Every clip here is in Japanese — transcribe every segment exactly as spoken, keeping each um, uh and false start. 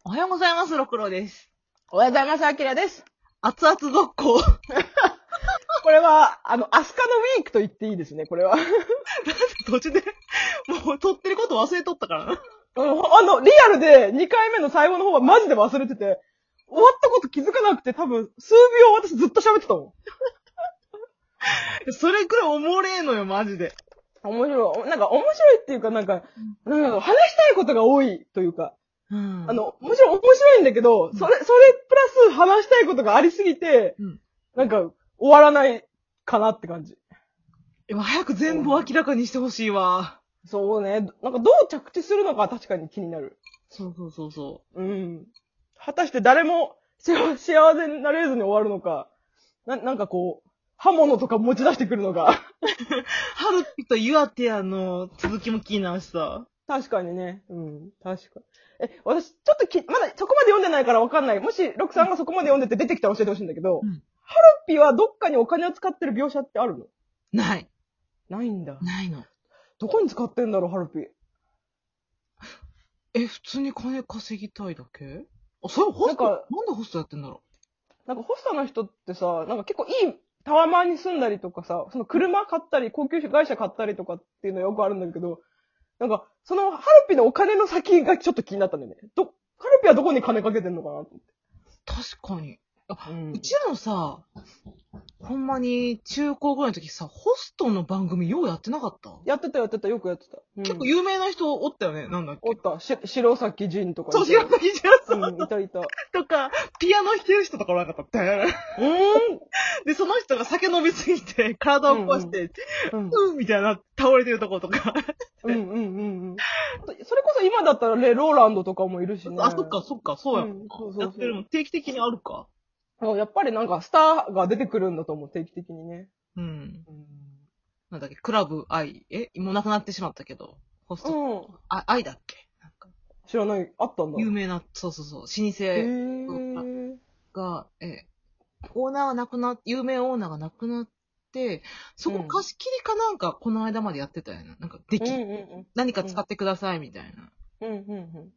おはようございます、ろくろです。 おはようございます、あきらです。 熱々続行。 これは、あの、アスカのウィークと言っていいですね、これは。 途中で、もう撮ってること忘れとったからな。 うん、あの、リアルでにかいめの最後の方はマジで忘れてて、終わったこと気づかなくて多分、数秒私ずっと喋ってたもん。それくらいおもれえのよ、マジで。 面白い。なんか面白いっていうか、なんか、なんか話したいことが多いというか、うん、あの、もちろん面白いんだけど、うん、それ、それプラス話したいことがありすぎて、うん、なんか終わらないかなって感じ。 今早く全部明らかにしてほしいわ。 そうね。なんかどう着地するのか確かに気になる。 そうそうそうそう。 うん。果たして誰も幸せになれずに終わるのか、な、なんかこう、刃物とか持ち出してくるのか。 ハルピとユアテアの続きも気になるしさ。 確かにね。うん。確かに。え、私、ちょっとき、まだそこまで読んでないからわかんない。もし、ロクさんがそこまで読んでて出てきたら教えてほしいんだけど、うん、ハルピはどっかにお金を使ってる描写ってあるの？ ない。 ないんだ。 ないの。 どこに使ってんだろう、ハルピ。 え、普通に金稼ぎたいだけ？あ、それホストなんか、なんでホストやってんだろう？なんかホストの人ってさ、なんか結構いいタワマンに住んだりとかさ、その車買ったり、高級会社買ったりとかっていうのよくあるんだけど、なんか、そのハルピのお金の先がちょっと気になったんだよね。ど、ハルピはどこに金かけてんのかなと思って。 確かに。あ、うん、うちもさ、ほんまに中高ぐらいの時さ、ホストの番組ようやってなかった？ やってたやってた、よくやってた。 うん、結構有名な人おったよね、なんだっけ。 おった。し、白崎仁とか。 そう、白崎仁さん。 うん、いたいた。 とか、ピアノ弾ける人とかおらなかった。うんで、その人が酒飲みすぎて、体を壊して、うん、うん、うん、みたいな、倒れてるとことか。 うんうんうんうん。それこそ今だったらね、ローランドとかもいるしね。 あ、そっかそっか、そうや、うん、そうそうそう。やってるの定期的にあるか。 やっぱりなんかスターが出てくるんだと思う、定期的にね。 うん。うん、なんだっけ、クラブ愛、えもうなくなってしまったけど、ホスト。うん。あ、愛だっけなんか知らない、あったんだ。 有名な、そうそうそう、老舗が、え、オーナーが亡くなっ、有名オーナーが亡くなって、そこ貸し切りかなんか、この間までやってたよな。なんか、でき、うんうんうん、何か使ってください、みたいな。うんうんうん。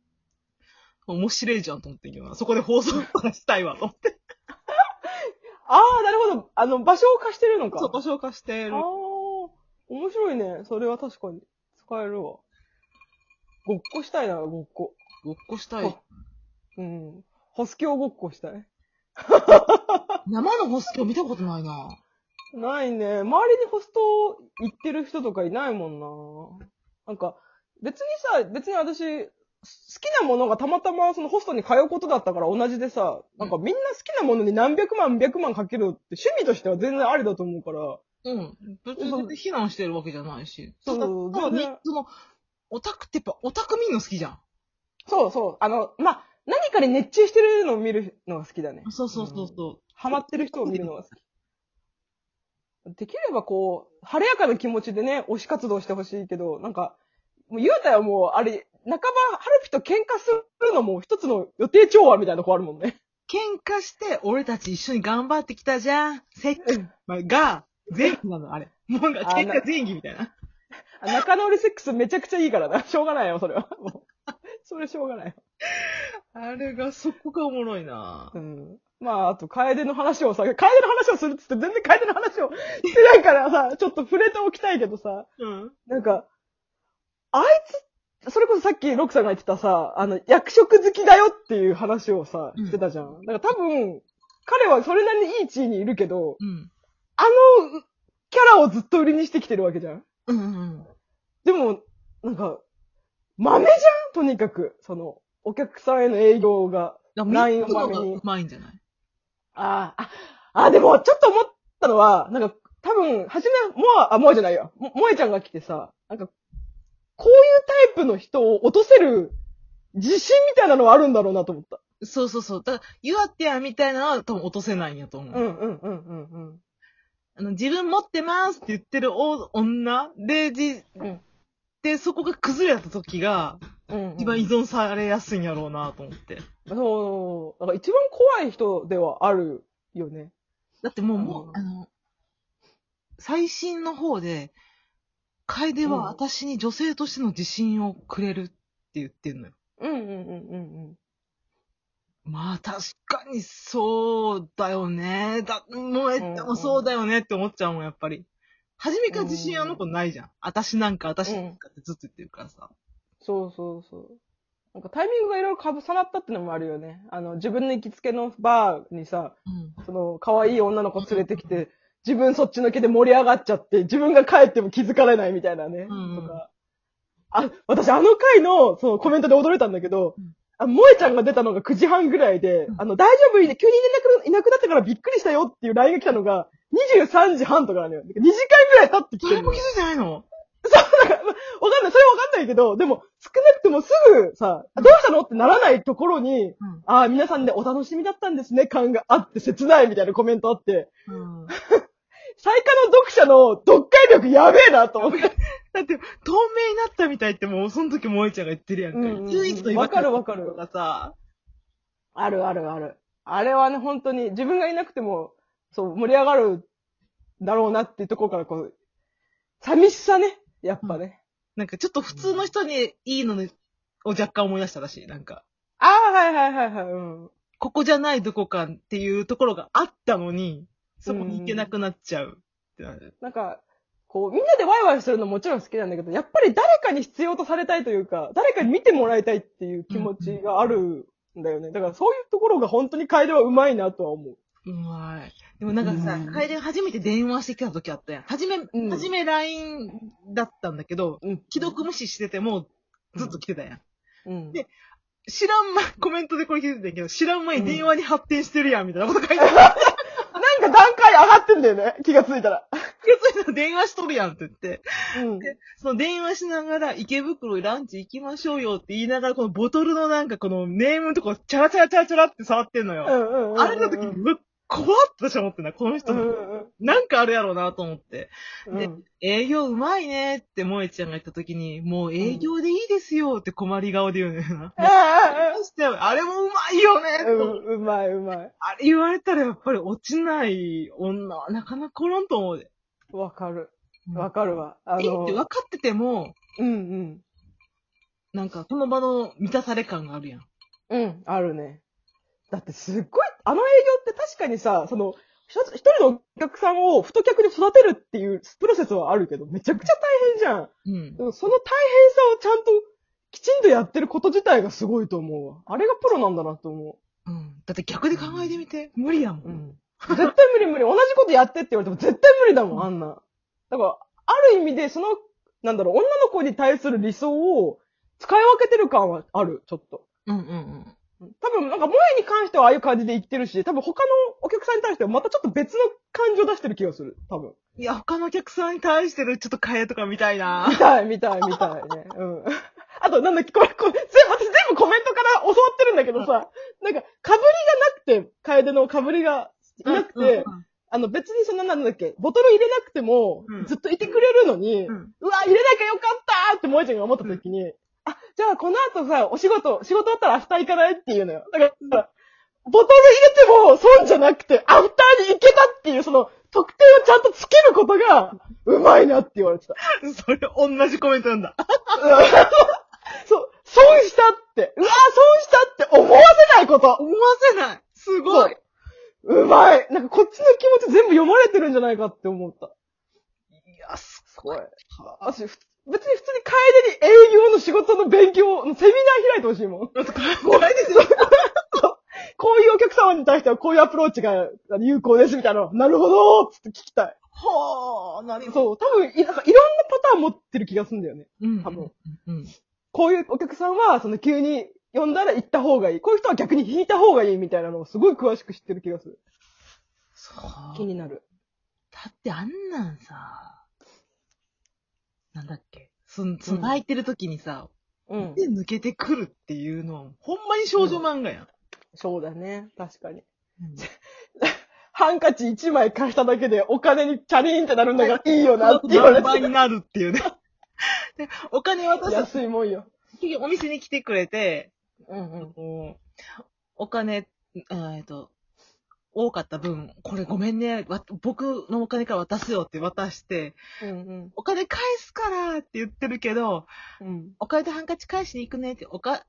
面白いじゃんと思ってんけどな。そこで放送したいわ、と思って。 ああ、なるほど。あの、場所を貸してるのか。 そう、場所を貸してる。 ああ、面白いね。それは確かに。使えるわ。ごっこしたいな、ごっこ。 ごっこしたい。 うん。ホスキョウごっこしたい。 生のホスキョウ見たことないな。 ないね。周りにホスト行ってる人とかいないもんな。なんか、別にさ、別に私、好きなものがたまたまそのホストに通うことだったから同じでさ、なんかみんな好きなものに何百万、百万かけるって趣味としては全然ありだと思うから。 うん。別に非難してるわけじゃないし。そうそう。ただ、その、オタクってやっぱオタク見るの好きじゃん。 そうそう。あの、まあ、何かに熱中してるのを見るのが好きだね。 そうそうそうそう。うん、 ハマってる人を見るのが好き。できればこう、晴れやかな気持ちでね、推し活動してほしいけど、なんか、もう言うたよ、もう、あれ、半ば、ハルピと喧嘩するのも一つの予定調和みたいなとこあるもんね。 喧嘩して、俺たち一緒に頑張ってきたじゃん。セックスが、全部なの、あれ。もうが、喧嘩前儀みたいな。 仲直りセックスめちゃくちゃいいからな。しょうがないよ、それは。それしょうがないよ。 あれが、そこがおもろいな。 うん。まあ、あと、楓の話をさ、楓の話をするっつって全然楓の話をしてないからさ、ちょっと触れておきたいけどさ、うん。なんか、あいつ、それこそさっきロックさんが言ってたさ、あの、役職好きだよっていう話をさ、してたじゃん。うん、だから多分、彼はそれなりにいい地位にいるけど、うん、あの、キャラをずっと売りにしてきてるわけじゃん。うんうん。でも、なんか、豆じゃんとにかく、その、お客さんへの営業が、ラインを豆に。 うまいんじゃない？ ああ、あ、あ、でも、ちょっと思ったのは、なんか、多分、はじめ、もあ、あ、もえじゃないよ。も、もえちゃんが来てさ、なんか、こういうタイプの人を落とせる自信みたいなのはあるんだろうなと思った。 そうそうそう。だから、ユアティアみたいなのは多分落とせないんやと思う。 うんうんうんうんうん。 あの、自分持ってますって言ってる女で、じ、うん、で、そこが崩れた時が、うんうん、一番依存されやすいんやろうなと思って。 そう。だから一番怖い人ではあるよね。 だってもう、もう、あの、最新の方で、楓は私に女性としての自信をくれるって言ってんのよ。 うんうんうんうんうん。 まあ確かにそうだよね。だ、もうえってもそうだよねって思っちゃうもん、やっぱり。初めから自信あの子ないじゃん。私なんか私なんかってずっと言ってるからさ。 そうそうそう。なんかタイミングがいろいろ重なったってのもあるよね。あの、自分の行きつけのバーにさ、うん、その、可愛い女の子連れてきて、自分そっちのけで盛り上がっちゃって、自分が帰っても気づかれないみたいなね。うん、とか。あ、私あの回の、そのコメントで驚いたんだけど、うんあ、萌えちゃんが出たのがくじはんぐらいで、うん、あの、大丈夫いいね、急にいなくいなくなったからびっくりしたよっていう ライン が来たのが、にじゅうさんじはんとかなのよ。にじかんぐらい経ってきてる。 誰も気づいてないのそう、なんか、わかんない。それわかんないけど、でも、少なくともすぐさ、どうしたのってならないところに、うん、ああ、皆さんでお楽しみだったんですね、感があって切ないみたいなコメントあって、うん、最下の読者の読解力やべえなと思って。 だって、透明になったみたいってもう、その時萌えちゃんが言ってるやんか。うんうん、唯一のわかるわかる。とかさ。あるあるある。あれはね、本当に自分がいなくても、そう、盛り上がるだろうなっていうところからこう、寂しさね。やっぱね、 うん。なんかちょっと普通の人にいいのに、を若干思い出したらしい。なんか。 ああ、はいはいはいはい。うん。 ここじゃないどこかっていうところがあったのに、そこに行けなくなっちゃうってなる。 うん、なんか、こう、みんなでワイワイするのもちろん好きなんだけど、やっぱり誰かに必要とされたいというか、誰かに見てもらいたいっていう気持ちがあるんだよね。だからそういうところが本当に楓はうまいなとは思う。 うまい。でもなんかさ、楓が初めて電話してきた時あったやん。はじめ、うん、はじめ ライン だったんだけど、うん、既読無視しててもずっと来てたやん。うん、で、知らん前、コメントでこれ聞いてたけど、知らん前に電話に発展してるやん、みたいなこと書いてある。 なんか段階上がってんだよね。気がついたら。 気がついたら電話しとるやんって言って。うん。で、その電話しながら池袋にランチ行きましょうよって言いながら、このボトルのなんかこのネームのとこチャラチャラチャラチャラって触ってんのよ。うんうんうんうん、あれの時に、うっ、怖っって私は思ってんな、この人、うんうん。なんかあるやろうなと思って。で、うん、営業うまいねって萌えちゃんが言った時に、もう営業でいいですよって困り顔で言うのよな。うん、あれもうまいよね、 うん、うまいうまい。 あれ言われたらやっぱり落ちない女はなかなかおらんと思うで。 わかる。わかるわ。 あのー、えって分かってても、 うんうん。 なんか、この場の満たされ感があるやん。 うん、あるね。だってすっごい、あの営業って確かにさ、その、一人のお客さんを太客に育てるっていうプロセスはあるけど、めちゃくちゃ大変じゃん。うん。でもその大変さをちゃんときちんとやってること自体がすごいと思うわ。あれがプロなんだなと思う。 うん。だって逆で考えてみて。無理やもん。 うん。絶対無理無理。同じことやってって言われても絶対無理だもん、あんな。だから、ある意味でその、なんだろう、女の子に対する理想を使い分けてる感はある、ちょっと。 うんうんうん。 多分、なんか、萌えに関してはああいう感じで言ってるし、多分他のお客さんに対してはまたちょっと別の感情出してる気がする。多分。 いや、他のお客さんに対してるちょっと替えとか見たいな。 見たい、見たい、見たいね。うん。あと、なんだっけ、これ、これ、全部、私全部コメントから教わってるんだけどさ、なんか、被りがなくて、楓の被りがいなくて、うんうんうん、あの、別にその、なんだっけ、ボトル入れなくても、ずっといてくれるのに、うん、うわ、入れなきゃよかったって萌えちゃんが思った時に、うんあ、じゃあこの後さ、お仕事、仕事あったらアフター行かないっていうのよ。だから、ボトル入れても損じゃなくて、アフターに行けたっていう、その、特典をちゃんとつけることが、うまいなって言われてた。 それ、同じコメントなんだ。 そう、損したって、うわ、損したって思わせないこと。 思わせない。すごい。 うまい。なんかこっちの気持ち全部読まれてるんじゃないかって思った。 いや、すごい。 私、別に普通に楓に営業の仕事の勉強、セミナー開いてほしいもん。こうこういうお客様に対してはこういうアプローチが有効ですみたいな。なるほどーつって聞きたい。 はぁ、なるほど。 そう、多分、なんかいろんなパターン持ってる気がするんだよね。 うん。 多分。 うん。 こういうお客さんは、その急に呼んだら行った方がいい。こういう人は逆に引いた方がいいみたいなのをすごい詳しく知ってる気がする。 そう。 気になる。 だってあんなんさ、なんだっけその、その泣いてる時にさ、うん。で抜けてくるっていうのは、ほんまに少女漫画やん。うん、 そうだね。確かに。うん、ハンカチ一枚貸しただけでお金にチャリーンってなるんだからいいよなって言われて。 何倍になるっていうね。で、お金渡す。 安いもんよ。 お店に来てくれて、 うんうん。 お金、えっと、多かった分、これごめんね、僕のお金から渡すよって渡して、うんうん、お金返すからって言ってるけど、うん、お金とハンカチ返しに行くねって、おか、え、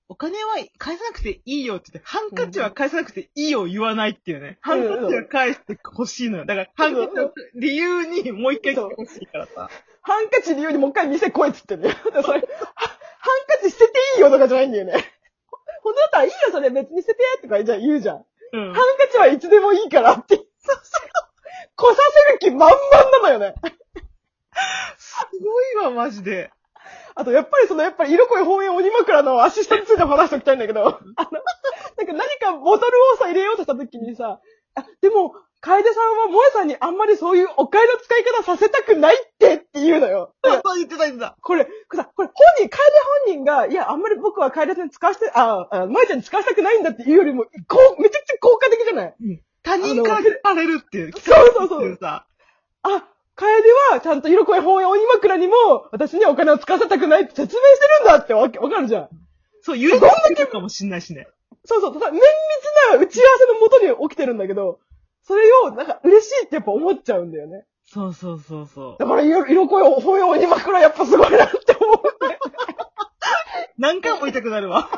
お金は返さなくていいよって言って、ハンカチは返さなくていいよ言わないっていうね。ハンカチは返してほしいのよ。だから、ハンカチの理由にもう一回来てほしいからさ。 ハンカチ理由にもう一回店来いっつってね。それ、ハンカチ捨てていいよとかじゃないんだよね。ほんとだったらいいよそれ別に捨ててとかじゃあ言うじゃん。うん。ハンカチはいつでもいいからって。そうそう。来させる気満々なのよね。 すごいわ、マジで。 あと、やっぱりその、やっぱり、色恋本営鬼枕のアシスタントについても話しておきたいんだけど、あの、なんか何かボトルをさ、入れようとした時にさ、あ、でも、楓さんは萌さんにあんまりそういうお金の使い方させたくないってって言うのよ。 そうそう言ってた言ってた。 これ、さ、これ本人、楓本人が、いや、あんまり僕は楓さんに使わして、あ、あ、萌ちゃんに使わしたくないんだっていうよりも、こう、めちゃくちゃ効果的じゃない？ うん。他人から引かれるっていう。 そうそうそう。さあ、楓は、ちゃんと色恋本営鬼枕にも、私にお金を使わせたくないって説明してるんだってわかるじゃん。 そう、言えどんだけかもしんないしね。 そうそう、綿密な打ち合わせのもとに起きてるんだけど、それを、なんか、嬉しいってやっぱ思っちゃうんだよね。 そうそうそうそう。 だから、色恋本営鬼枕やっぱすごいなって思う、ね。 何回も言いたくなるわ。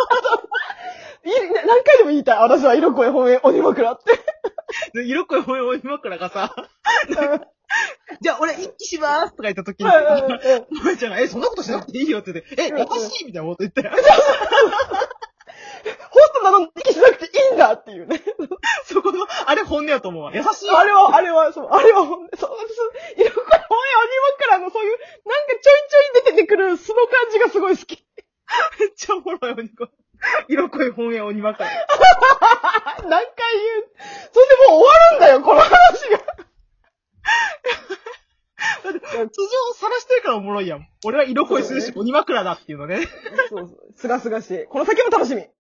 何回でも言いたい。私は色恋本営鬼枕って。 色恋本営鬼枕がさ、じゃあ俺一気しまーすとか言った時に、お前ちゃんが、え、そんなことしなくていいよって言って、え、優しいみたいなこと言ったよ。 ホストなのに一気しなくていいんだっていうね。 そこの、あれ本音やと思うわ。優しい。 あれは、あれは、そう、あれは本音。そう、色恋本営鬼枕のそういう、なんかちょいちょい出てくる素の感じがすごい好き。 めっちゃおもろいお肉。色恋本営鬼枕。 何回言う。それでもう終わるんだよ、この話が。 だって、通常晒してるからおもろいやん。俺は色恋するし、鬼枕だっていうのね。 そうそう。すがすがしい。この先も楽しみ。